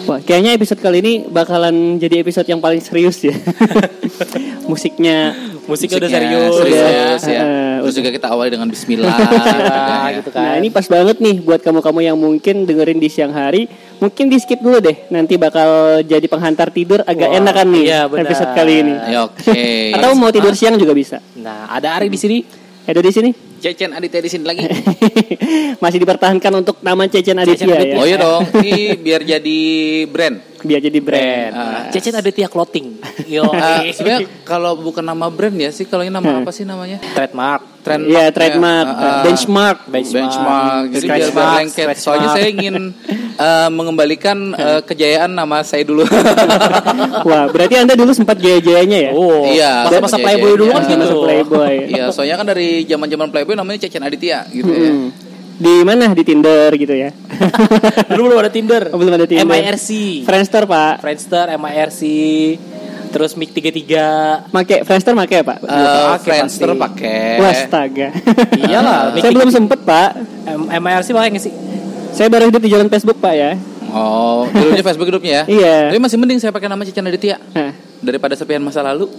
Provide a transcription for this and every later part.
Wah, kayaknya episode kali ini bakalan jadi episode yang paling serius ya. Musiknya udah serius ya. Terus juga kita awali dengan bismillah gitu kan. Nah, ini pas banget nih buat kamu-kamu yang mungkin dengerin di siang hari. Mungkin di skip dulu deh. Nanti bakal jadi penghantar tidur agak enakan nih episode kali ini. Ya, oke. Atau mau tidur siang juga bisa. Nah, ada Ari di sini. Edo di sini. Cecen Aditya di sini lagi. Masih dipertahankan untuk nama Cecen Aditya ya. Oh iya dong. Ini biar jadi brand. Biar jadi brand. Cecen Aditya Clothing. Yo. Sebenarnya kalau bukan nama brand ya sih, kalau ini nama apa sih namanya? Trademark. Iya, trademark. Benchmark. Jadi biar lengket. Soalnya saya ingin mengembalikan kejayaan nama saya dulu. Wah, berarti Anda dulu sempat jaya-jayanya ya? Oh, iya. Masa-masa Playboy dulu kan gitu. Playboy. Iya, soalnya kan dari zaman-zaman Playboy namanya Cecen Aditya gitu ya. Di mana? Di Tinder gitu ya? Dulu belum ada Tinder. Oh, belum ada Tinder. MIRC. Friendster, Pak. Friendster, MIRC. Terus Mic 33. Friendster make ya, Pak? Friendster pakai. Wah, astaga. Iyalah. Saya belum sempet, Pak. MIRC pakai nggak sih? Saya baru hidup di zaman Facebook, Pak ya. Oh, dulunya Facebook hidupnya ya? Iya. Tapi masih mending saya pakai nama Cecen Aditya. Daripada serpihan masa lalu.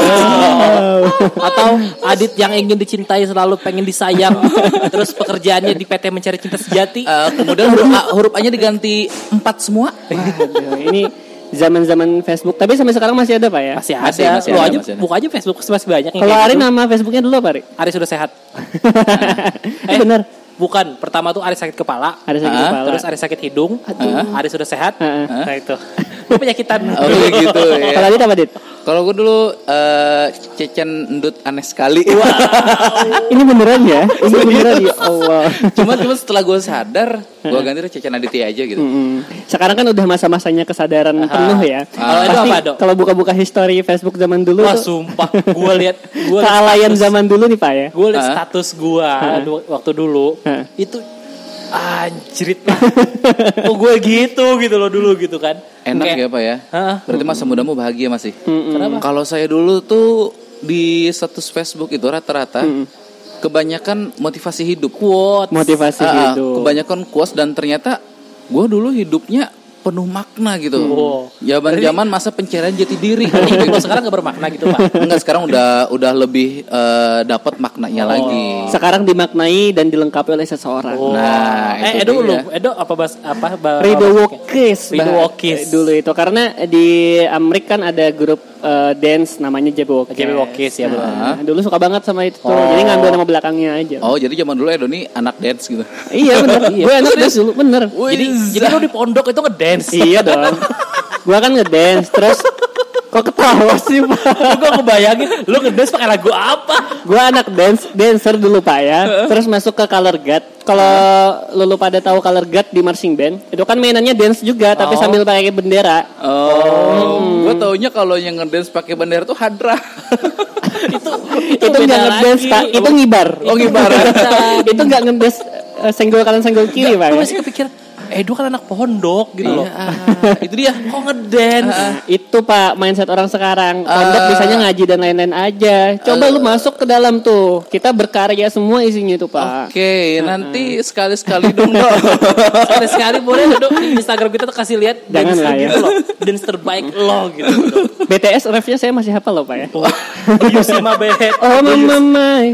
Atau Adit yang ingin dicintai selalu pengen disayang. Terus pekerjaannya di PT Mencari Cinta Sejati. Kemudian huruf A-nya diganti 4 semua. Waduh, ini zaman-zaman Facebook. Tapi sampai sekarang masih ada, Pak ya? Masih ada. Masih Lu ada, aja masih ada. buka aja Facebook masih banyak. Kalau Ari nama Facebooknya dulu apa, Ari? Ari sudah sehat. Bener. Bukan, pertama tuh Ari sakit kepala. Ari sakit kepala. Terus Ari sakit hidung. Ari sudah sehat. Nah itu. Lu penyakitan. Oh gitu ya. Kalau Adit apa, Dit? Kalau gue dulu Cecen Endut aneh sekali. Ini beneran ya? Ini beneran ya Allah. Cuma setelah gue sadar, gue ganti Cecen Aditya aja gitu. Sekarang kan udah masa-masanya kesadaran penuh ya. Kalau itu apa, Dok? Kalau buka-buka history Facebook zaman dulu Wah, tuh, sumpah. Gue lihat kealayan zaman dulu nih, Pak ya. Gue lihat status gue waktu dulu. Itu anjrit lah. Oh gue gitu loh dulu gitu kan. Enak ya Pak ya. Berarti masa mudamu bahagia masih. Kenapa? Kalau saya dulu tuh di status Facebook itu rata-rata kebanyakan motivasi hidup. Quote. Motivasi hidup. Kebanyakan quotes dan ternyata gue dulu hidupnya penuh makna gitu. Zaman-zaman masa pencarian jati diri. Kalau sekarang gak bermakna gitu Pak. Enggak, sekarang udah lebih dapat maknanya lagi. Sekarang dimaknai dan dilengkapi oleh seseorang. Nah, Edo dulu. Edo apa Rido Wokis dulu itu karena di Amerika kan ada grup dance namanya JB Wokis ya benar. Dulu suka banget sama itu tuh. Jadi ngambil nama belakangnya aja. Oh, jadi zaman dulu Edo nih anak dance gitu. Iya benar. Gue anak dance dulu bener. Jadi lu di pondok itu ngedance. Iya dong. Gue kan ngedance terus kok ketawa sih Pak? Gue ngebayangin lu ngedance pakai lagu apa? Gue anak dancer dulu Pak ya. Terus masuk ke color guard. Kalau lu pada tahu color guard di marching band, itu kan mainannya dance juga tapi sambil pakai bendera. Gue taunya kalau yang ngedance pakai bendera tuh hadrah. itu nggak ngedance Pak, itu ngibar. Oh ngibar. Itu nggak ngedance senggol kanan senggol kiri Pak. Gue masih kepikiran Edo kan anak pondok gitu loh. Itu dia. Kok ngedance? Itu Pak mindset orang sekarang. Pondok bisanya ngaji dan lain-lain aja. Coba lu masuk ke dalam tuh. Kita berkarya semua isinya itu Pak. Oke, nanti sekali-sekali dong Dok. Sekali-sekali boleh Dok di Instagram kita tuh kasih lihat Jangan lah ya. gitu loh. Dance terbaik lo gitu. BTS refnya saya masih hafal loh Pak ya. You see my back. Oh mama.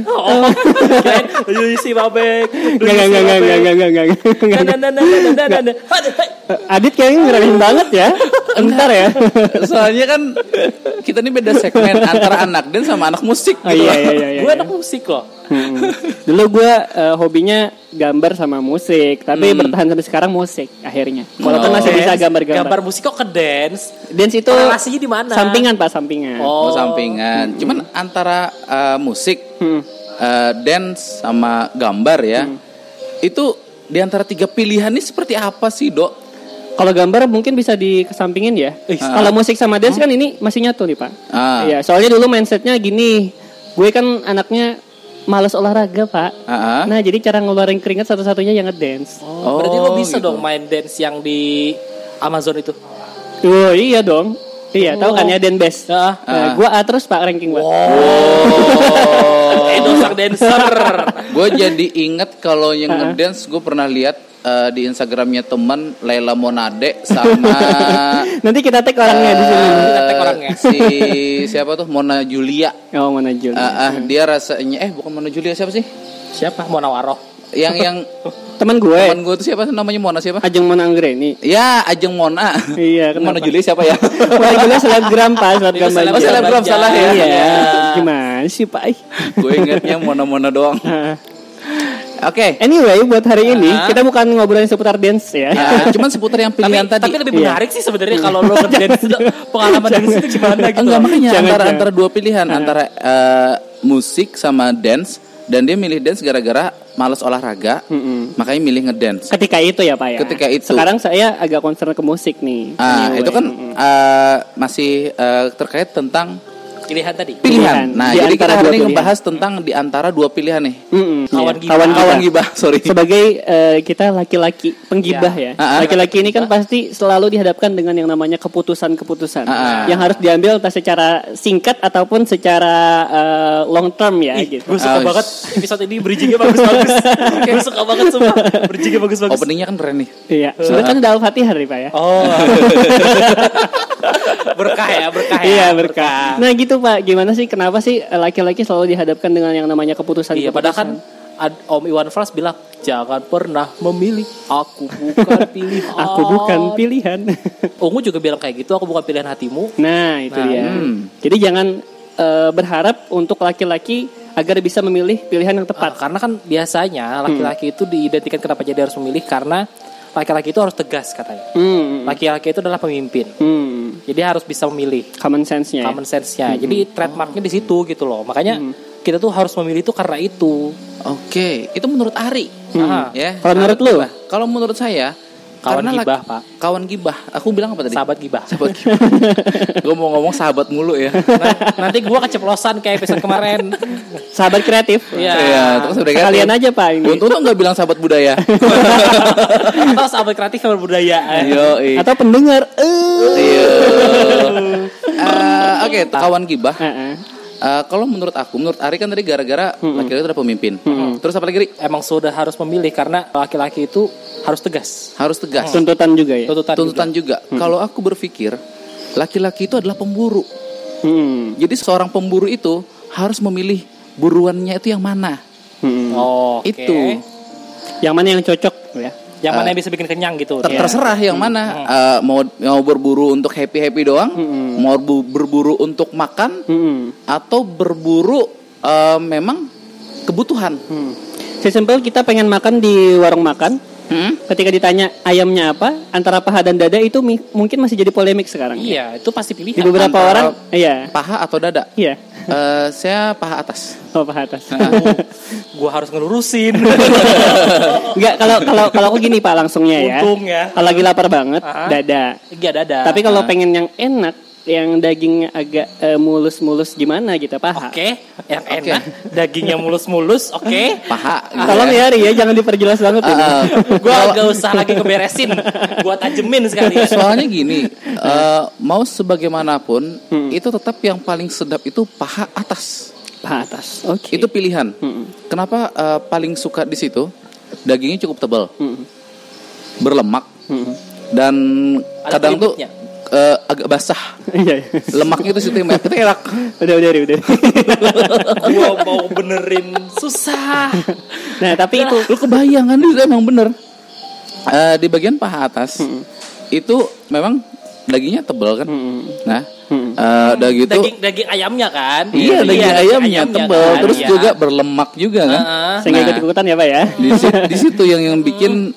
You see my back. Enggak. Adit kayaknya ngerahin banget ya. Entar ya. Soalnya kan kita ini beda segmen antara anak dance sama anak musik. Oh gitu. Iya. Gue anak musik loh. Dulu gue hobinya gambar sama musik, tapi bertahan sampai sekarang musik akhirnya. Walaupun masih bisa gambar-gambar. Gambar musik kok ke dance? Dance itu relasinya di mana? Sampingan Pak, sampingan. Oh, sampingan. Cuman antara musik, dance sama gambar ya. Itu di antara 3 pilihan ini seperti apa sih, Dok? Kalau gambar mungkin bisa dikesampingin ya. Kalau musik sama dance kan ini masih nyatu nih Pak. Iya, soalnya dulu mindsetnya gini. Gue kan anaknya malas olahraga Pak. Nah jadi cara ngeluarin keringat satu-satunya yang ngedance. Berarti lo bisa dong main dance yang di Amazon itu. Oh iya dong. Iya tahu kan ya dance best. Gue A terus Pak ranking Pak. Edo sang dancer. Gue jadi inget kalau yang ngedance gue pernah lihat di Instagramnya teman Laila Monade sama nanti kita tag orangnya di sini. Kita tag orangnya. Si siapa tuh? Mona Julia. Oh, Mona Julia. Dia rasanya bukan Mona Julia, siapa sih? Siapa? Mona Waroh. Yang teman gue tuh siapa namanya? Mona siapa? Ajeng Mona Anggreni. Ya, Ajeng Mona. Iya, Mona Julia siapa ya? Mona Julia selebgram Pak, selebgram salah ya. Iya. Gimana sih Pak? Gue ingatnya Mona doang. Oke. Anyway, buat hari ini kita bukan ngobrolin seputar dance ya. Cuman seputar yang pilihan tadi. Tapi lebih menarik sih sebenarnya kalau lo ngedance pengalaman dance itu gimana gitu. Enggak, makanya antara dua pilihan, antara musik sama dance. Dan dia milih dance gara-gara malas olahraga, makanya milih ngedance. Ketika itu ya Pak ya. Ketika itu. Sekarang saya agak concern ke musik nih. Itu kan masih terkait tentang pilihan tadi. Pilihan. Nah, jadi kita hari ini ngebahas tentang di antara dua pilihan nih. Kawan gibah, sorry. Sebagai kita laki-laki penggibah ya. Laki-laki ini kan pasti selalu dihadapkan dengan yang namanya keputusan-keputusan yang harus diambil entah secara singkat ataupun secara long term ya gitu. Gue suka banget episode ini bridging-nya bagus-bagus. Gue suka banget semua bridging-nya bagus-bagus. Opening-nya kan keren nih. Iya. Sebenarnya kan udah Al-Fatihah nih Pak ya. Oh. Berkah ya. Iya, berkah. Nah, gitu Pak, gimana sih kenapa sih laki-laki selalu dihadapkan dengan yang namanya keputusan? Iya, padahal kan Om Iwan Fals bilang jangan pernah memilih, aku bukan pilihan. Aku bukan pilihan. Ungu juga bilang kayak gitu, aku bukan pilihan hatimu. Nah, itu dia. Jadi jangan berharap untuk laki-laki agar bisa memilih pilihan yang tepat. Karena kan biasanya laki-laki itu diidentikan kenapa jadi harus memilih, karena laki-laki itu harus tegas katanya. Laki-laki itu adalah pemimpin. Jadi harus bisa memilih. Common sense-nya. Jadi trademarknya di situ gitu loh. Makanya kita tuh harus memilih itu karena itu. Oke, itu menurut Ari. Ya. Kalau menurut lu? Kalau menurut saya kawan gibah, Pak. Kawan gibah. Aku bilang apa tadi? Sahabat gibah. Gue mau ngomong sahabat mulu ya. Nanti gue keceplosan kayak episode kemarin. Sahabat kreatif. Iya. Terus kalian aja Pak ini. Untung tuh nggak bilang sahabat budaya. Atau sahabat kreatif sama budaya. Atau pendengar. Oke, kawan gibah. Kalau menurut Ari kan tadi gara-gara laki-laki itu adalah pemimpin. Terus apa lagi? Emang sudah harus memilih karena laki-laki itu harus tegas. Tuntutan juga ya. Tuntutan juga. Kalau aku berpikir laki-laki itu adalah pemburu. Jadi seorang pemburu itu harus memilih buruannya itu yang mana. Itu. Yang mana yang cocok ya. Yang mana yang bisa bikin kenyang gitu. Terserah yang mana. Mau berburu untuk happy doang, mau berburu untuk makan, atau berburu memang kebutuhan. Sesimpel kita pengen makan di warung makan. Ketika ditanya ayamnya apa, antara paha dan dada itu mungkin masih jadi polemik sekarang. Iya, itu pasti pilihan. Di beberapa orang, paha atau dada. Iya. Saya paha atas. Oh, paha atas. Gua harus ngelurusin. Enggak, kalau aku gini Pak langsungnya ya. Untung ya. Kalau lagi lapar banget, dada. Iya, dada. Tapi kalau pengen yang enak, yang dagingnya agak mulus-mulus gimana gitu, paha. Oke, yang enak, dagingnya mulus-mulus, oke. Paha. Tolong ya Ri ya, jangan diperjelas banget. Gua gak usah lagi keberesin, gua tajemin sekali. Soalnya gini, mau sebagaimanapun, itu tetap yang paling sedap itu paha atas. Paha atas, oke. Itu pilihan. Kenapa paling suka di situ? Dagingnya cukup tebal, berlemak, dan kadang tuh agak basah. Lemaknya itu situ yang itu enak. Udah. Gua mau benerin susah. Nah, tapi itu lu kebayang kan itu emang bener. Di bagian paha atas itu memang dagingnya tebal kan. Nah, daging ayamnya kan. Iya, daging ayamnya tebal, kan? Terus juga berlemak juga kan. Sehingga ikut-ikutan ya Pak ya. Di situ yang bikin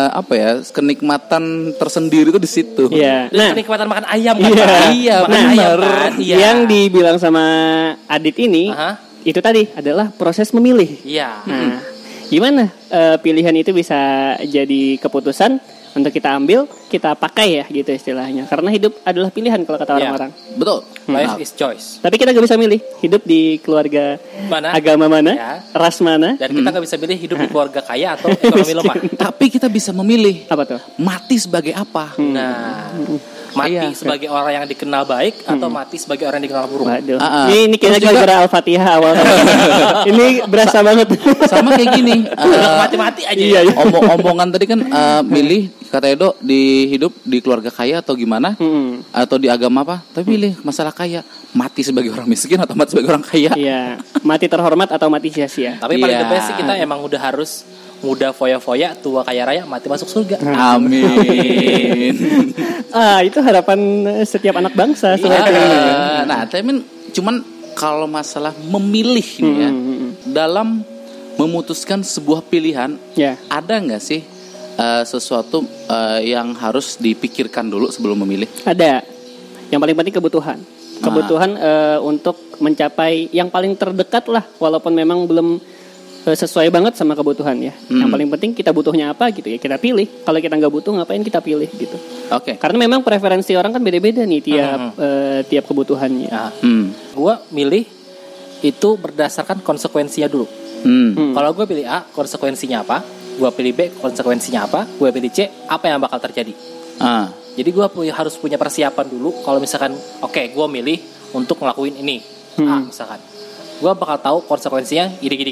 kenikmatan tersendiri itu di situ. Iya. Nah, kenikmatan makan ayam kan. Iya, benar. Yang dibilang sama Adit ini itu tadi adalah proses memilih. Iya. Nah, gimana pilihan itu bisa jadi keputusan untuk kita ambil, kita pakai ya gitu istilahnya. Karena hidup adalah pilihan kalau kata orang-orang. Betul. Life is choice. Tapi kita gak bisa milih hidup di keluarga mana, agama mana, ras mana. Dan kita gak bisa milih hidup di keluarga kaya atau ekonomi lemah. Tapi kita bisa memilih. Apa tuh? Mati sebagai apa. Nah, Mati sebagai orang yang dikenal baik atau mati sebagai orang yang dikenal buruk. Ini kayaknya gara-gara Al-Fatihah awal. Ini berasa banget. Sama kayak gini. Mati-mati aja. Iya. Omongan tadi kan milih kata Edo di hidup di keluarga kaya atau gimana? Atau di agama apa? Tapi pilih masalah kaya. Mati sebagai orang miskin atau mati sebagai orang kaya? Iya. Mati terhormat atau mati sia-sia? Tapi paling the best sih kita emang udah harus muda foya-foya, tua kaya raya, mati masuk surga. Amin. Itu harapan setiap anak bangsa. Nah, tapi cuman kalau masalah memilih nih ya, dalam memutuskan sebuah pilihan, ada nggak sih sesuatu yang harus dipikirkan dulu sebelum memilih? Ada. Yang paling penting kebutuhan. Kebutuhan untuk mencapai yang paling terdekat lah, walaupun memang belum sesuai banget sama kebutuhan ya. Yang paling penting kita butuhnya apa gitu ya, kita pilih. Kalau kita nggak butuh ngapain kita pilih gitu. Oke. Karena memang preferensi orang kan beda-beda nih tiap kebutuhannya. Gua milih itu berdasarkan konsekuensinya dulu. Kalau gue pilih A, konsekuensinya apa? Gue pilih B, konsekuensinya apa? Gue pilih C, apa yang bakal terjadi? Jadi gue harus punya persiapan dulu. Kalau misalkan gue milih untuk ngelakuin ini, A misalkan, gue bakal tahu konsekuensinya gini.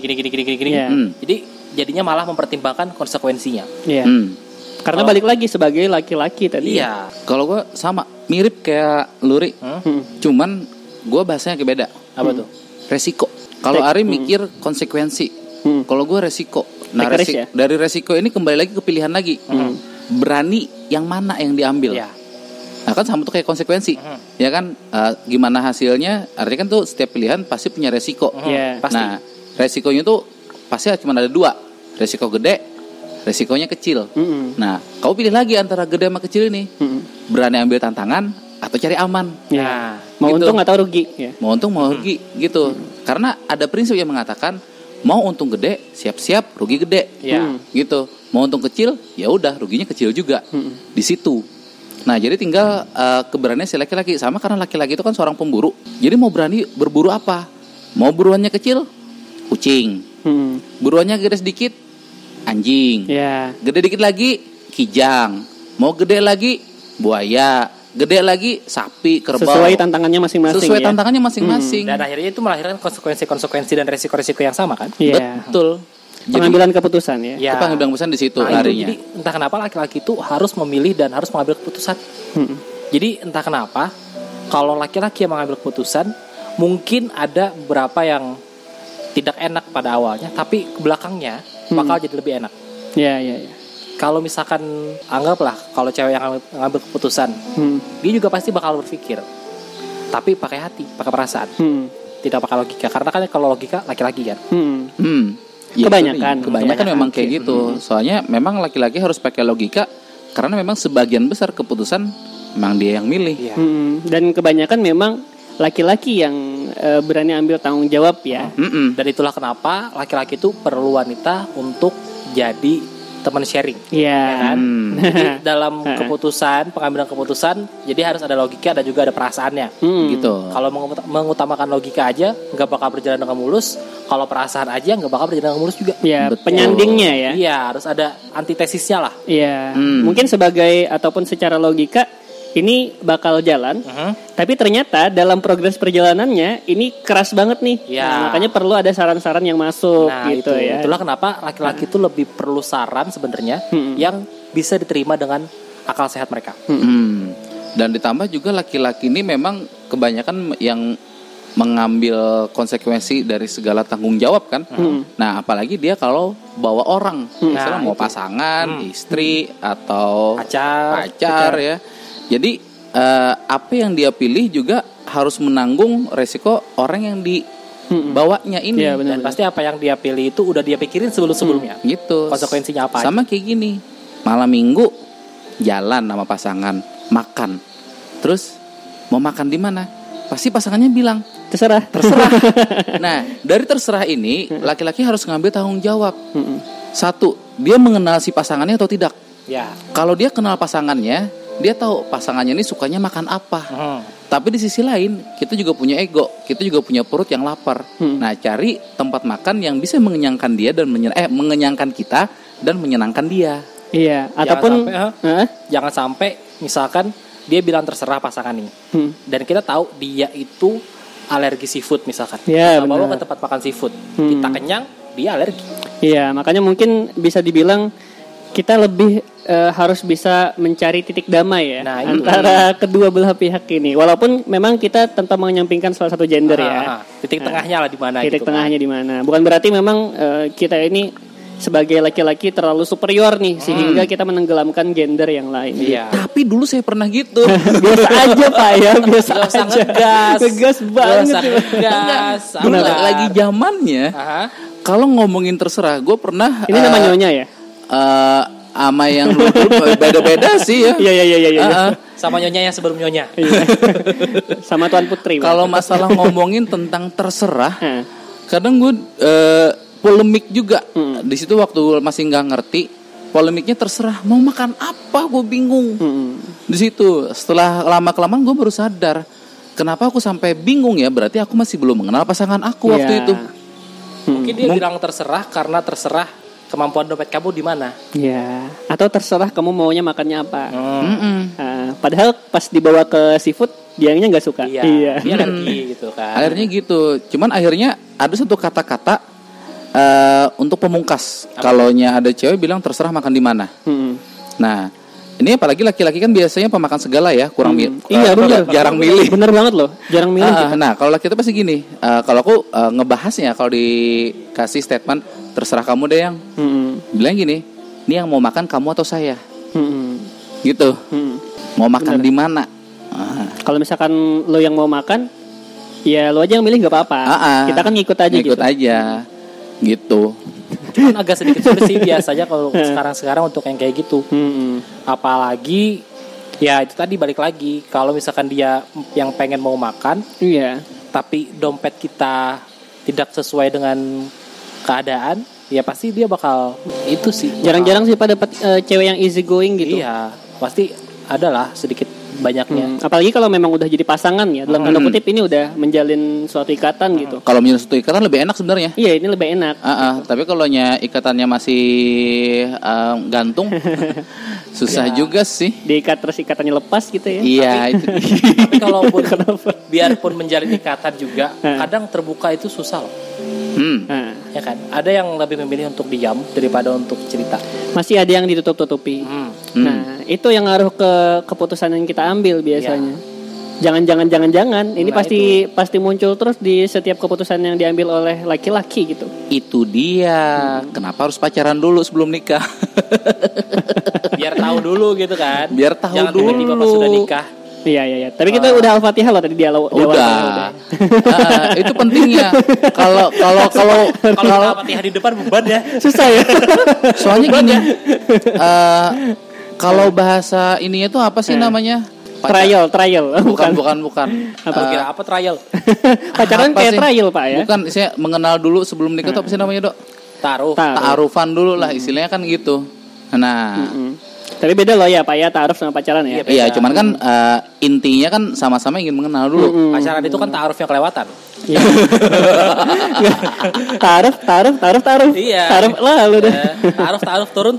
Jadi jadinya malah mempertimbangkan konsekuensinya. Karena balik lagi sebagai laki-laki tadi. Iya. Kalau gue sama, mirip kayak Luri, cuman gue bahasanya kayak beda. Apa tuh? Resiko. Kalau Ari mikir konsekuensi, kalau gue resiko. Nah, dari resiko ini kembali lagi ke pilihan lagi. Berani yang mana yang diambil? Nah kan sama tuh kayak konsekuensi, ya kan? Gimana hasilnya? Artinya kan tuh setiap pilihan pasti punya resiko. Pasti. Nah resikonya tuh pasti cuma ada dua, resiko gede, resikonya kecil. Nah kau pilih lagi antara gede sama kecil ini, berani ambil tantangan atau cari aman. Mau gitu. Untung atau rugi? Mau untung mau rugi gitu. Karena ada prinsip yang mengatakan mau untung gede siap-siap rugi gede, gitu. Mau untung kecil ya udah ruginya kecil juga. Di situ. Nah jadi tinggal keberanian si laki-laki. Sama karena laki-laki itu kan seorang pemburu. Jadi mau berani berburu apa? Mau buruannya kecil? Kucing. Buruannya gede sedikit? Anjing. Gede dikit lagi? Kijang. Mau gede lagi? Buaya. Gede lagi? Sapi, kerbau. Sesuai tantangannya masing-masing. Dan akhirnya itu melahirkan konsekuensi dan resiko-resiko yang sama kan? Betul. Pengambilan keputusan ya. Pengambilan keputusan di situ larinya. Jadi entah kenapa laki-laki itu harus memilih dan harus mengambil keputusan. Jadi entah kenapa kalau laki-laki yang mengambil keputusan mungkin ada beberapa yang tidak enak pada awalnya, tapi ke belakangnya bakal jadi lebih enak. Kalau misalkan anggaplah kalau cewek yang ngambil keputusan, dia juga pasti bakal berpikir, tapi pakai hati, pakai perasaan, tidak pakai logika. Karena kan kalau logika laki-laki kan. Ya, kebanyakan memang kayak gitu. Soalnya memang laki-laki harus pakai logika karena memang sebagian besar keputusan memang dia yang milih. Dan kebanyakan memang laki-laki yang berani ambil tanggung jawab ya. Dan itulah kenapa laki-laki itu perlu wanita untuk jadi teman sharing. Kan? Jadi dalam pengambilan keputusan, jadi harus ada logika dan juga ada perasaannya. Gitu. Kalau mengutamakan logika aja nggak bakal berjalan dengan mulus. Kalau perasaan aja nggak bakal berjalan dengan mulus juga. Penyandingnya ya. Iya, harus ada antitesisnya lah. Mungkin sebagai ataupun secara logika ini bakal jalan, tapi ternyata dalam progres perjalanannya ini keras banget nih. Nah, makanya perlu ada saran-saran yang masuk gitu ya. Itulah kenapa laki-laki itu lebih perlu saran sebenarnya yang bisa diterima dengan akal sehat mereka. Dan ditambah juga laki-laki ini memang kebanyakan yang mengambil konsekuensi dari segala tanggung jawab kan. Nah apalagi dia kalau bawa orang, misalnya mau pasangan, istri atau pacar ya. Jadi apa yang dia pilih juga harus menanggung resiko orang yang dibawanya ini. Dan pasti apa yang dia pilih itu udah dia pikirin sebelum-sebelumnya. Gitu. Konsekuensinya apa? Sama kayak gini. Malam minggu jalan sama pasangan, makan. Terus mau makan di mana? Pasti pasangannya bilang terserah. Nah dari terserah ini laki-laki harus ngambil tanggung jawab. Satu, dia mengenal si pasangannya atau tidak. Kalau dia kenal pasangannya, dia tahu pasangannya ini sukanya makan apa. Tapi di sisi lain kita juga punya ego, kita juga punya perut yang lapar. Nah cari tempat makan yang bisa mengenyangkan dia dan mengenyangkan kita dan menyenangkan dia. Ataupun jangan sampai misalkan dia bilang terserah pasangan nih. Dan kita tahu dia itu alergi seafood misalkan. Kita bawa ke tempat makan seafood. Kita kenyang, dia alergi. Iya, makanya mungkin bisa dibilang kita lebih harus bisa mencari titik damai ya antara kedua belah pihak ini. Walaupun memang kita tanpa menyampingkan salah satu gender ya. Titik tengahnya lah di mana? Titik tengahnya di mana? Bukan berarti memang kita ini sebagai laki-laki terlalu superior nih sehingga kita menenggelamkan gender yang lain. Iya. Tapi dulu saya pernah gitu. Biasa aja Pak ya, biasa aja. Ngegas banget. Dulu lagi zamannya. Kalau ngomongin terserah, gue pernah. Ini nama nyonya ya? Ama yang dulu beda-beda sih ya. Iya. Sama nyonya yang sebelum nyonya. Sama Tuan Putri. Kalau masalah ngomongin tentang terserah, kadang gue polemik juga. Di situ waktu masih nggak ngerti, polemiknya terserah mau makan apa, gue bingung. Di situ setelah lama kelamaan gue baru sadar kenapa aku sampai bingung ya, berarti aku masih belum mengenal pasangan aku waktu itu. Mungkin dia bilang terserah karena terserah kemampuan dompet kamu di mana. Ya, atau terserah kamu maunya makannya apa. Padahal pas dibawa ke seafood dianya nggak suka. Iya. Dia alergi gitu kan. Alerginya gitu. Cuman akhirnya ada satu kata-kata untuk pemungkas. Kalonya ada cewek bilang terserah makan di mana. Nah, ini apalagi laki-laki kan biasanya pemakan segala ya, kurang iya benar, jarang milih. Bener banget loh, jarang milih. Nah, kalau laki itu pasti gini. Kalau aku ngebahasnya, kalau dikasih statement terserah kamu deh yang bilang gini, ini yang mau makan kamu atau saya, gitu. Mau makan di mana? Kalau misalkan lo yang mau makan, ya lo aja yang milih nggak apa-apa. Kita kan ngikut aja. Ngikut aja. Gitu. Cuman agak sedikit sulit sih biasanya kalau sekarang untuk yang kayak gitu. Apalagi ya itu tadi balik lagi, kalau misalkan dia yang pengen mau makan, tapi dompet kita tidak sesuai dengan keadaan, ya pasti dia bakal itu sih. Jarang-jarang sih Pak dapat cewek yang easy going gitu. Iya, pasti adalah sedikit banyaknya. Apalagi kalau memang udah jadi pasangan ya, dalam tanda kutip ini udah menjalin suatu ikatan gitu. Kalau menjalin suatu ikatan lebih enak sebenarnya. Iya, ini lebih enak. Tapi kalau ikatannya masih gantung, susah juga sih. Diikat terus ikatannya lepas gitu ya. Iya, itu. Tapi kalaupun biarpun menjalin ikatan juga, kadang terbuka itu susah loh. Ya kan, ada yang lebih memilih untuk diam daripada untuk cerita. Masih ada yang ditutup-tutupi. Nah, itu yang ngaruh ke keputusan yang kita ambil biasanya. Jangan. Ini pasti muncul terus di setiap keputusan yang diambil oleh laki-laki gitu. Itu dia. Kenapa harus pacaran dulu sebelum nikah? Biar tahu dulu gitu kan. Biar tahu jangan dulu. Tiba-tiba pas sudah nikah. Iya. Tapi kita udah Al-Fatihah loh tadi di awal. Udah. Itu pentingnya. Kalau Al-Fatihah di depan beban ya. Susah ya. Soalnya gini. Kalau bahasa ininya itu apa sih namanya? Trial. Bukan. Apa kira apa trial? Pacaran kayak trial Pak ya. Bukan, saya mengenal dulu sebelum nikah itu apa sih namanya, Dok? Ta'arufan dulu lah istilahnya kan gitu. Nah, tapi beda loh ya Pak ya, ta'aruf sama pacaran ya. Iya, cuman kan intinya kan sama-sama ingin mengenal dulu. Pacaran itu kan ta'arufnya kelewatan. Ta'aruf. Iya. Ta'aruf lah lu deh. Ta'aruf turun.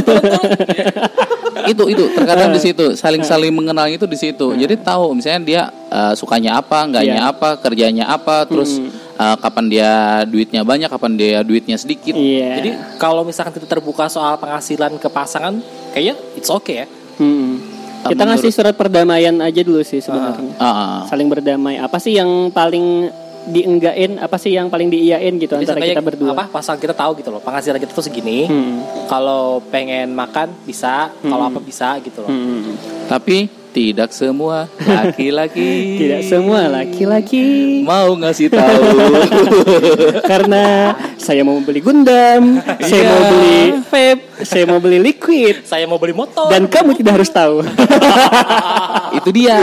Itu terkadang di situ saling mengenal itu di situ. Jadi tahu misalnya dia sukanya apa, enggaknya apa, kerjanya apa, terus kapan dia duitnya banyak, kapan dia duitnya sedikit. Jadi kalau misalkan kita terbuka soal penghasilan ke pasangan, kayaknya it's okay ya. Kita ngasih surat perdamaian aja dulu sih sebenarnya. Saling berdamai. Apa sih yang paling dienggain, apa sih yang paling diiyain gitu. Jadi antara kita berdua. Pasangan kita tahu gitu loh, penghasilan kita tuh segini. Kalau pengen makan bisa, kalau apa bisa gitu loh. Tapi tidak semua laki-laki. Tidak semua laki-laki mau ngasih tahu. Karena saya mau beli Gundam, saya mau beli vape, saya mau beli liquid, saya mau beli motor. Dan kamu tidak harus tahu. Itu dia.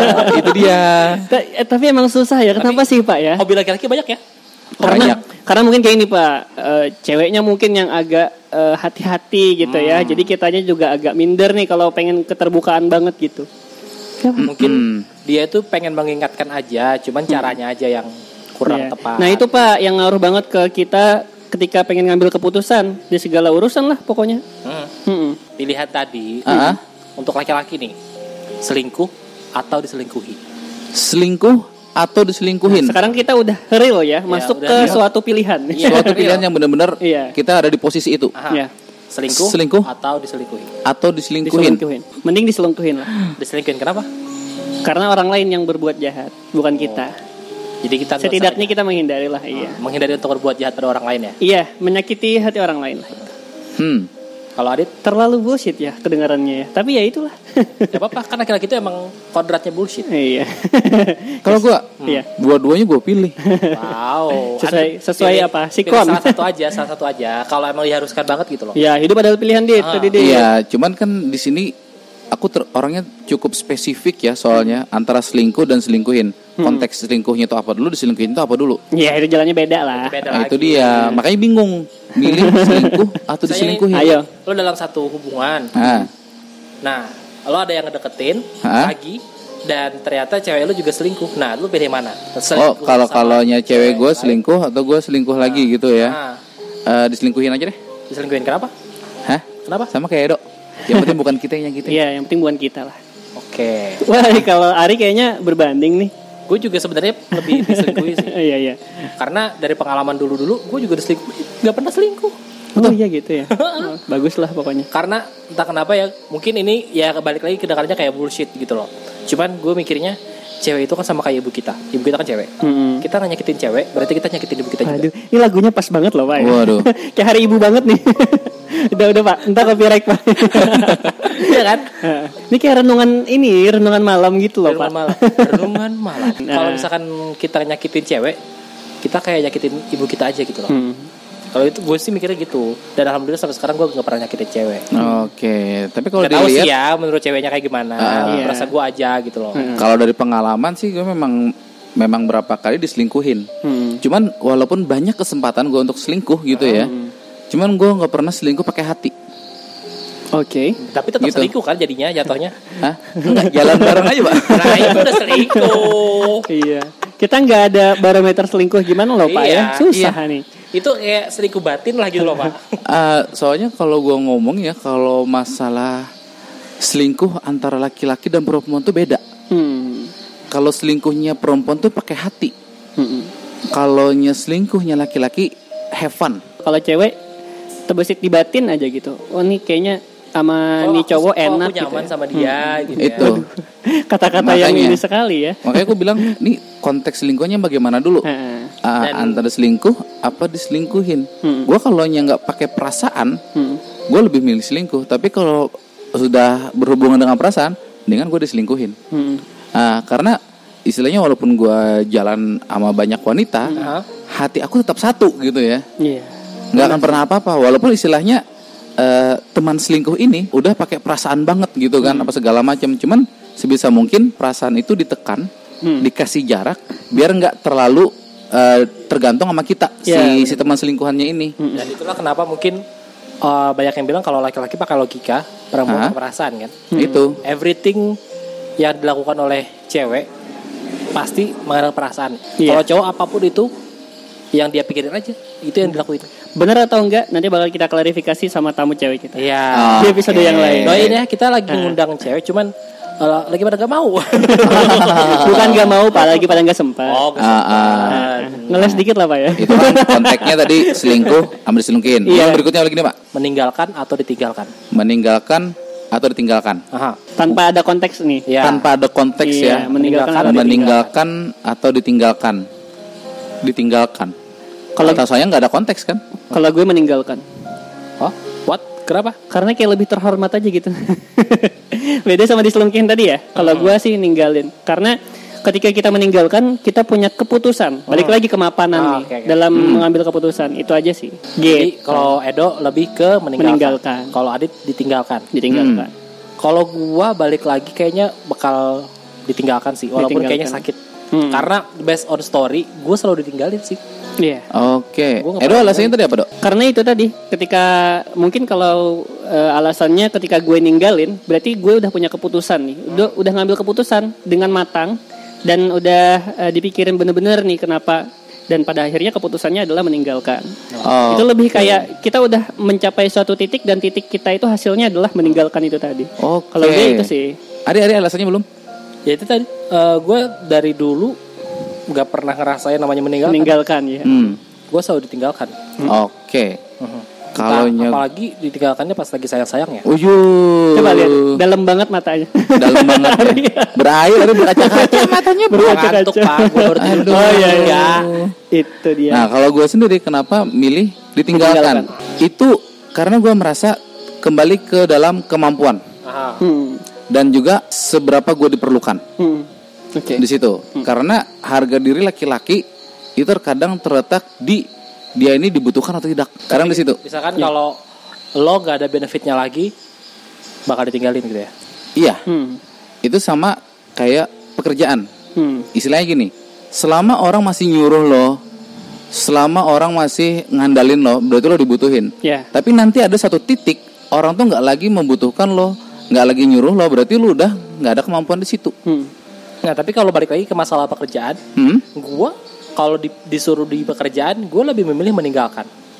Tapi emang susah ya. Kenapa sih Pak ya? Hobi laki-laki banyak ya? Karena mungkin kayak ini Pak, ceweknya mungkin yang agak hati-hati gitu ya. Jadi kitanya juga agak minder nih kalau pengen keterbukaan banget gitu. Mungkin dia itu pengen mengingatkan aja, cuman caranya aja yang kurang tepat. Nah itu Pak yang ngaruh banget ke kita ketika pengen ngambil keputusan di segala urusan lah pokoknya. Pilihan tadi untuk laki-laki nih, selingkuh atau diselingkuhi. Selingkuh atau diselingkuhin. Nah, sekarang kita udah real ya, masuk ke suatu pilihan. Suatu pilihan yang benar-benar kita ada di posisi itu. Iya. Selingkuh atau diselingkuhi. Atau diselingkuhin. Mending diselingkuhin lah. Diselingkuhin kenapa? Karena orang lain yang berbuat jahat, bukan kita. Jadi kita setidaknya kita menghindari lah, menghindari untuk berbuat jahat pada orang lain ya. Iya, menyakiti hati orang lain lah. Kalau Adit terlalu bullshit ya kedengarannya ya. Tapi ya itulah. Gak apa-apa, kan laki-laki itu emang kodratnya bullshit. Iya. Kalau gue, dua-duanya gue pilih. Wow. Sesuai apa? Sikon. Salah satu aja. Kalau emang diharuskan banget gitu loh. Ya, hidup adalah pilihan dia. Iya, cuman kan di sini aku orangnya cukup spesifik ya soalnya antara selingkuh dan selingkuhin. Konteks selingkuhnya itu apa dulu, diselingkuhin itu apa dulu? Iya, itu jalannya beda lah. Itu dia. Makanya bingung milih selingkuh atau diselingkuhin. Ayo. Lo dalam satu hubungan. Nah, lo ada yang ngedeketin lagi dan ternyata cewek lo juga selingkuh. Nah, lo pilih mana? Kalau-kalaunya cewek gue selingkuh atau gue selingkuh lagi gitu ya. Diselingkuhin aja deh. Diselingkuhin kenapa? Hah? Kenapa? Sama kayak Edo. Yang penting bukan kita yang kita. Iya, yang penting bukan kita lah. Oke. Wah, kalau Ari kayaknya berbanding nih. Gue juga sebenarnya lebih diselingkuhi sih. Iya. Karena dari pengalaman dulu gue juga diselingkuhi, nggak pernah selingkuh. Oh iya gitu ya. Bagus lah pokoknya. Karena entah kenapa ya, mungkin ini ya balik lagi kedengarannya kayak bullshit gitu loh. Cuman gue mikirnya cewek itu kan sama kayak ibu kita. Ibu kita kan cewek. Kita nggak nyakitin cewek, berarti kita nyakitin ibu kita juga. Aduh, ini lagunya pas banget loh Pak. Waduh. Kayak hari ibu banget nih. udah Pak, entar copyright Pak. Iya kan? Ini kayak renungan malam gitu loh Pak. Renungan malam. Kalau misalkan kita nyakitin cewek, kita kayak nyakitin ibu kita aja gitu loh. Kalau itu gue sih mikirnya gitu. Dan alhamdulillah sampai sekarang gue gak pernah nyakitin cewek. Oke. Tapi kalau dilihat, tahu sih ya menurut ceweknya kayak gimana. Merasa gue aja gitu loh. Kalau dari pengalaman sih gue memang berapa kali diselingkuhin. Cuman walaupun banyak kesempatan gue untuk selingkuh gitu ya. Cuman gue gak pernah selingkuh pakai hati. Oke. Tapi tetap gitu. Selingkuh kan jadinya jatuhnya. Hah? Enggak, jalan bareng aja Pak. Nah itu udah selingkuh. Iya. Kita gak ada barometer selingkuh gimana loh Pak ya. Susah nih. Itu kayak selingkuh batin lah gitu loh Pak. Soalnya kalau gue ngomong ya, kalau masalah selingkuh antara laki-laki dan perempuan tuh beda. Kalau selingkuhnya perempuan tuh pakai hati. Kalau selingkuhnya laki-laki have fun. Kalau cewek terbesit di batin aja gitu. Oh nih kayaknya sama nih cowok enak aku nyaman gitu. Sama dia gitu. Itu. Kata-kata yang ini sekali ya. Makanya aku bilang nih konteks selingkuhnya bagaimana dulu? Antara selingkuh apa diselingkuhin? Gue kalau nggak pakai perasaan, gue lebih milih selingkuh. Tapi kalau sudah berhubungan dengan perasaan, dengan gue diselingkuhin. Karena istilahnya walaupun gue jalan sama banyak wanita, hati aku tetap satu gitu ya. Nggak akan pernah apa-apa. Walaupun istilahnya teman selingkuh ini udah pakai perasaan banget gitu kan, apa segala macam. Cuman sebisa mungkin perasaan itu ditekan, dikasih jarak, biar nggak terlalu tergantung sama kita si teman selingkuhannya ini. Dan itulah kenapa mungkin banyak yang bilang kalau laki-laki pakai logika, perempuan pakai perasaan kan. Itu everything yang dilakukan oleh cewek pasti mengandalkan perasaan. Kalau cowok apapun itu yang dia pikirin aja, itu yang dilakuin. Benar atau enggak nanti bakal kita klarifikasi sama tamu cewek kita. Iya. Di episode yang lain. Doain ya, kita lagi ngundang cewek cuman lagi pada gak mau. Bukan gak mau Pak, lagi pada gak sempat. Ngeles dikit lah Pak ya. Itu kan konteksnya tadi selingkuh ambil selingkuhin. Yang berikutnya lagi nih Pak. Meninggalkan atau ditinggalkan. Meninggalkan atau ditinggalkan. Tanpa ada konteks nih. Tanpa ada konteks ya. Meninggalkan atau ditinggalkan. Ditinggalkan. Kalau saya nggak ada konteks kan? Kalau gue meninggalkan. Oh, what? Kenapa? Karena kayak lebih terhormat aja gitu. Beda sama diselingkuhin tadi ya. Kalau gue sih ninggalin. Karena ketika kita meninggalkan, kita punya keputusan. Balik lagi kemapanan nih dalam mengambil keputusan. Itu aja sih. Jadi kalau Edo lebih ke meninggalkan. Kalau Adit ditinggalkan. Kalau gue balik lagi kayaknya bakal ditinggalkan sih. Walaupun kayaknya sakit. Karena based on story, gue selalu ditinggalin sih. Iya. Oke. Edo alasannya tadi apa Dok? Karena itu tadi, ketika mungkin kalau alasannya ketika gue ninggalin, berarti gue udah punya keputusan nih, udah ngambil keputusan dengan matang dan udah dipikirin bener-bener nih kenapa, dan pada akhirnya keputusannya adalah meninggalkan. Itu lebih kayak kita udah mencapai suatu titik dan titik kita itu hasilnya adalah meninggalkan itu tadi. Kalau gue itu sih. Ari alasannya belum? Ya itu tadi gue dari dulu nggak pernah ngerasain namanya meninggalkan ya. Gue selalu ditinggalkan. Oke. Kalau apalagi ditinggalkannya pas lagi sayang-sayangnya. Coba lihat, dalam banget matanya. Dalam banget ya. Berair tapi berkaca-kaca matanya, berkaca-kaca. Pak, gue baru tidur. Ya. Itu dia. Nah, kalau gue sendiri kenapa milih ditinggalkan? Itu karena gue merasa kembali ke dalam kemampuan. Dan juga seberapa gue diperlukan. Okay. Di situ. Karena harga diri laki-laki itu terkadang terletak di dia ini dibutuhkan atau tidak. Kadang di situ. Misalkan kalau lo gak ada benefitnya lagi, bakal ditinggalin gitu ya. Iya. Itu sama kayak pekerjaan. Istilahnya gini, selama orang masih nyuruh lo, selama orang masih ngandalin lo, berarti lo dibutuhin. Tapi nanti ada satu titik orang tuh nggak lagi membutuhkan lo, nggak lagi nyuruh lo, berarti lo udah nggak ada kemampuan di situ. Nah, tapi kalau balik lagi ke masalah pekerjaan, gue kalau disuruh di pekerjaan, gue lebih memilih meninggalkan.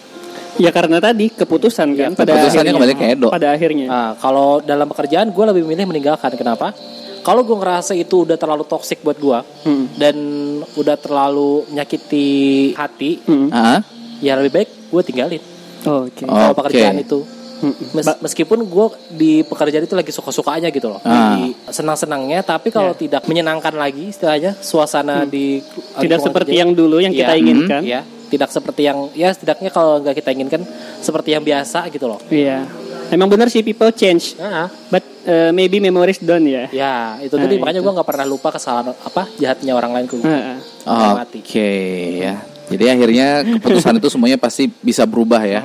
Ya karena tadi keputusan kan. Keputusannya kembali ke Edo. Pada akhirnya. Nah, kalau dalam pekerjaan, gue lebih memilih meninggalkan. Kenapa? Kalau gue ngerasa itu udah terlalu toksik buat gue dan udah terlalu menyakiti hati, ya lebih baik gue tinggalin. Kalau pekerjaan itu. Meskipun gue di pekerjaan itu lagi suka-sukanya gitu loh, lagi senang-senangnya, tapi kalau tidak menyenangkan lagi istilahnya, suasana di tidak seperti yang dulu yang kita inginkan, tidak seperti yang setidaknya kalau nggak kita inginkan seperti yang biasa gitu loh. Emang benar sih, people change, but maybe memories don't ya. Ya itu tadi makanya gue nggak pernah lupa kesalahan jahatnya orang lain ke gue. Oke ya. Jadi akhirnya keputusan itu semuanya pasti bisa berubah ya.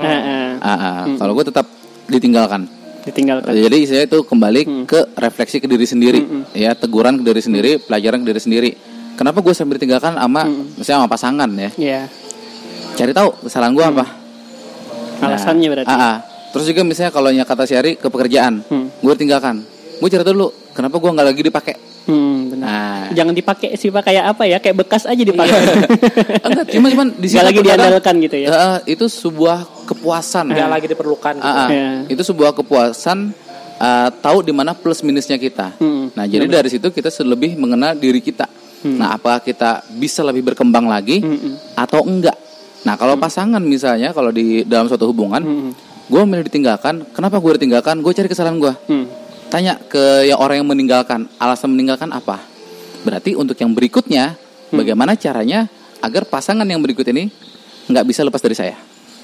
Kalau gue tetap ditinggalkan. Jadi saya itu kembali ke refleksi ke diri sendiri, ya, teguran ke diri sendiri, pelajaran ke diri sendiri. Kenapa gue sampai ditinggalkan misalnya sama pasangan ya? Cari tahu kesalahan gue apa. Alasannya berarti. Terus juga misalnya kalau kata Syari ke pekerjaan, gue tinggalkan. Gue cari tahu dulu kenapa gue nggak lagi dipakai. Benar. Jangan dipakai sih Pak, kayak apa ya? Kayak bekas aja dipakai. Enggak, cuman di sini lagi diandalkan gitu ya. Itu sebuah kepuasan. Enggak lagi diperlukan gitu. Itu sebuah kepuasan, tahu di mana plus minusnya kita. Nah, jadi dari situ kita lebih mengenal diri kita. Nah, apakah kita bisa lebih berkembang lagi atau enggak? Nah, kalau pasangan misalnya, kalau di dalam suatu hubungan, gue milih ditinggalkan. Kenapa gue ditinggalkan? Gue cari kesalahan gue. Tanya ke orang yang meninggalkan, alasan meninggalkan apa? Berarti untuk yang berikutnya, bagaimana caranya agar pasangan yang berikut ini nggak bisa lepas dari saya?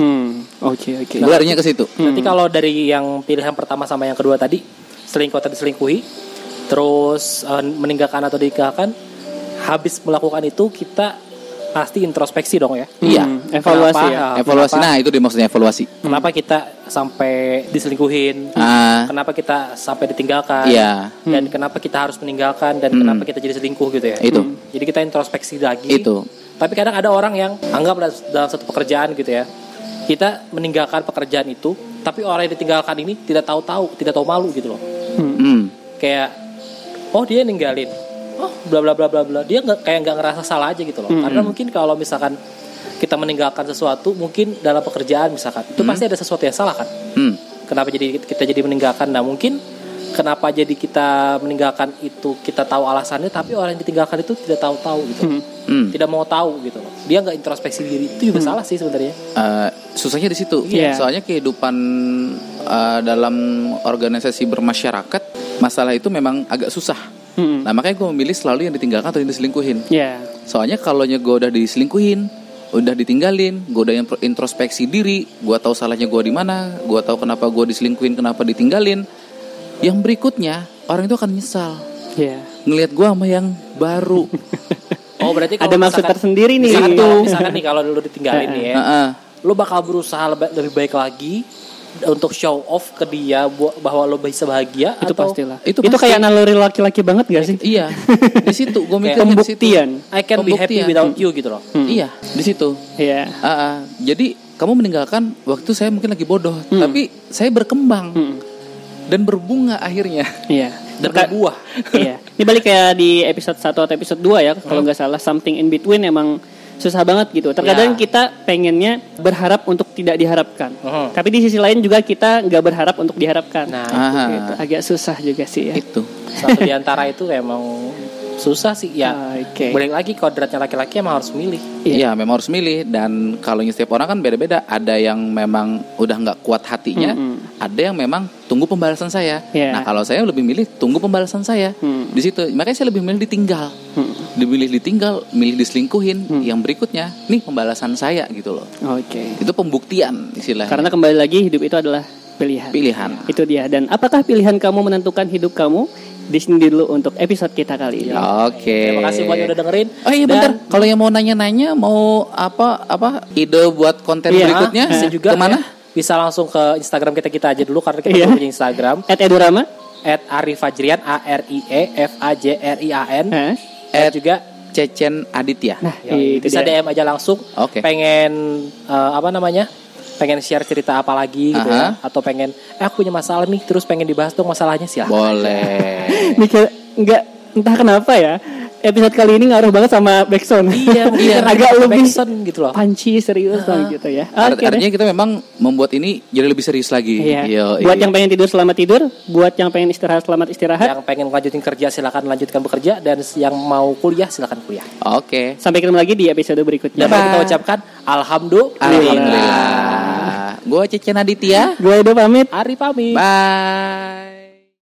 Oke. Gue larinya ke situ. Nanti kalau dari yang pilihan pertama sama yang kedua tadi, selingkuh atau diselingkuhi, terus meninggalkan atau ditinggalkan, habis melakukan itu kita pasti introspeksi dong ya. Iya. Evaluasi. Nah, itu maksudnya evaluasi. Kenapa kita sampai diselingkuhin? Kenapa kita sampai ditinggalkan? Dan kenapa kita harus meninggalkan? Dan kenapa kita jadi selingkuh gitu ya? Itu. Jadi kita introspeksi lagi. Itu. Tapi kadang ada orang yang anggaplah dalam satu pekerjaan gitu ya, kita meninggalkan pekerjaan itu, tapi orang yang ditinggalkan ini tidak tahu malu gitu loh. Kayak, dia ninggalin. Bla bla bla bla bla. Dia nggak ngerasa salah aja gitu loh. Karena mungkin kalau misalkan kita meninggalkan sesuatu, mungkin dalam pekerjaan misalkan, itu pasti ada sesuatu yang salah kan. Kenapa kita jadi meninggalkan? Nah, mungkin kenapa jadi kita meninggalkan itu kita tahu alasannya, tapi orang yang ditinggalkan itu tidak tahu gitu. Tidak mau tahu gitu loh. Dia nggak introspeksi diri, itu juga salah sih sebenarnya. Susahnya di situ. Soalnya kehidupan dalam organisasi bermasyarakat, masalah itu memang agak susah. Nah, makanya gue memilih selalu yang ditinggalkan atau yang diselingkuhin. Soalnya kalau gue udah diselingkuhin, udah ditinggalin, gue udah introspeksi diri, gue tahu salahnya gue di mana, gue tahu kenapa gue diselingkuhin, kenapa ditinggalin. Yang berikutnya orang itu akan nyesal. Ngelihat gue sama yang baru. Berarti ada maksud tersendiri nih. Misalkan nih kalau lu ditinggalin nih ya, lu bakal berusaha lebih baik lagi untuk show off ke dia bahwa lo bisa bahagia. Itu atau pastilah. Itu kayak naluri laki-laki banget gak sih? Iya. Di situ gue mikir pembuktian. I can be happy without you gitu loh. Iya, di situ. Jadi kamu meninggalkan waktu saya mungkin lagi bodoh, tapi saya berkembang dan berbunga akhirnya. Dan berbuah. Ini balik kayak di episode 1 atau episode 2 ya, kalau nggak salah, something in between emang susah banget gitu. Terkadang kita pengennya berharap untuk tidak diharapkan. Tapi di sisi lain juga kita nggak berharap untuk diharapkan. Nah, itu agak susah juga sih ya. Itu. Satu di antara itu emang susah sih ya. Balik lagi kodratnya laki-laki emang harus milih. Iya, memang harus milih. Dan kalau setiap orang kan beda-beda. Ada yang memang udah nggak kuat hatinya, ada yang memang tunggu pembalasan saya. Nah, kalau saya lebih milih tunggu pembalasan saya. Di situ, makanya saya lebih milih ditinggal. Milih diselingkuhin. Yang berikutnya, nih pembalasan saya gitu loh. Itu pembuktian istilahnya. Karena kembali lagi hidup itu adalah pilihan. Itu dia. Dan apakah pilihan kamu menentukan hidup kamu? Di sini dulu untuk episode kita kali ini. Terima kasih buat yang udah dengerin. Oh iya, bentar. Kalau yang mau nanya-nanya, mau apa ide buat konten berikutnya, bisa juga kemana? Bisa langsung ke Instagram kita aja dulu karena kita punya Instagram. @edurama, @arifajrian, ARIEFAJRIAN. Juga Cecen Aditya. Nah, bisa DM aja langsung. Pengen pengen share cerita apa lagi gitu ya, atau pengen aku punya masalah nih terus pengen dibahas dong masalahnya, silahkan. Boleh. Enggak entah kenapa ya episode kali ini ngaruh banget sama backsound. Iya, agak lebih backsound gitu loh. Panci serius banget gitu ya. Artinya kita memang membuat ini jadi lebih serius lagi. Buat yang pengen tidur selamat tidur, buat yang pengen istirahat selamat istirahat. Yang pengen lanjutin kerja silakan lanjutkan bekerja, dan yang mau kuliah silakan kuliah. Sampai ketemu lagi di episode berikutnya. Dan kita ucapkan alhamdulillah. Gue Cecen Aditya. Gue Edo pamit. Ari pamit. Bye.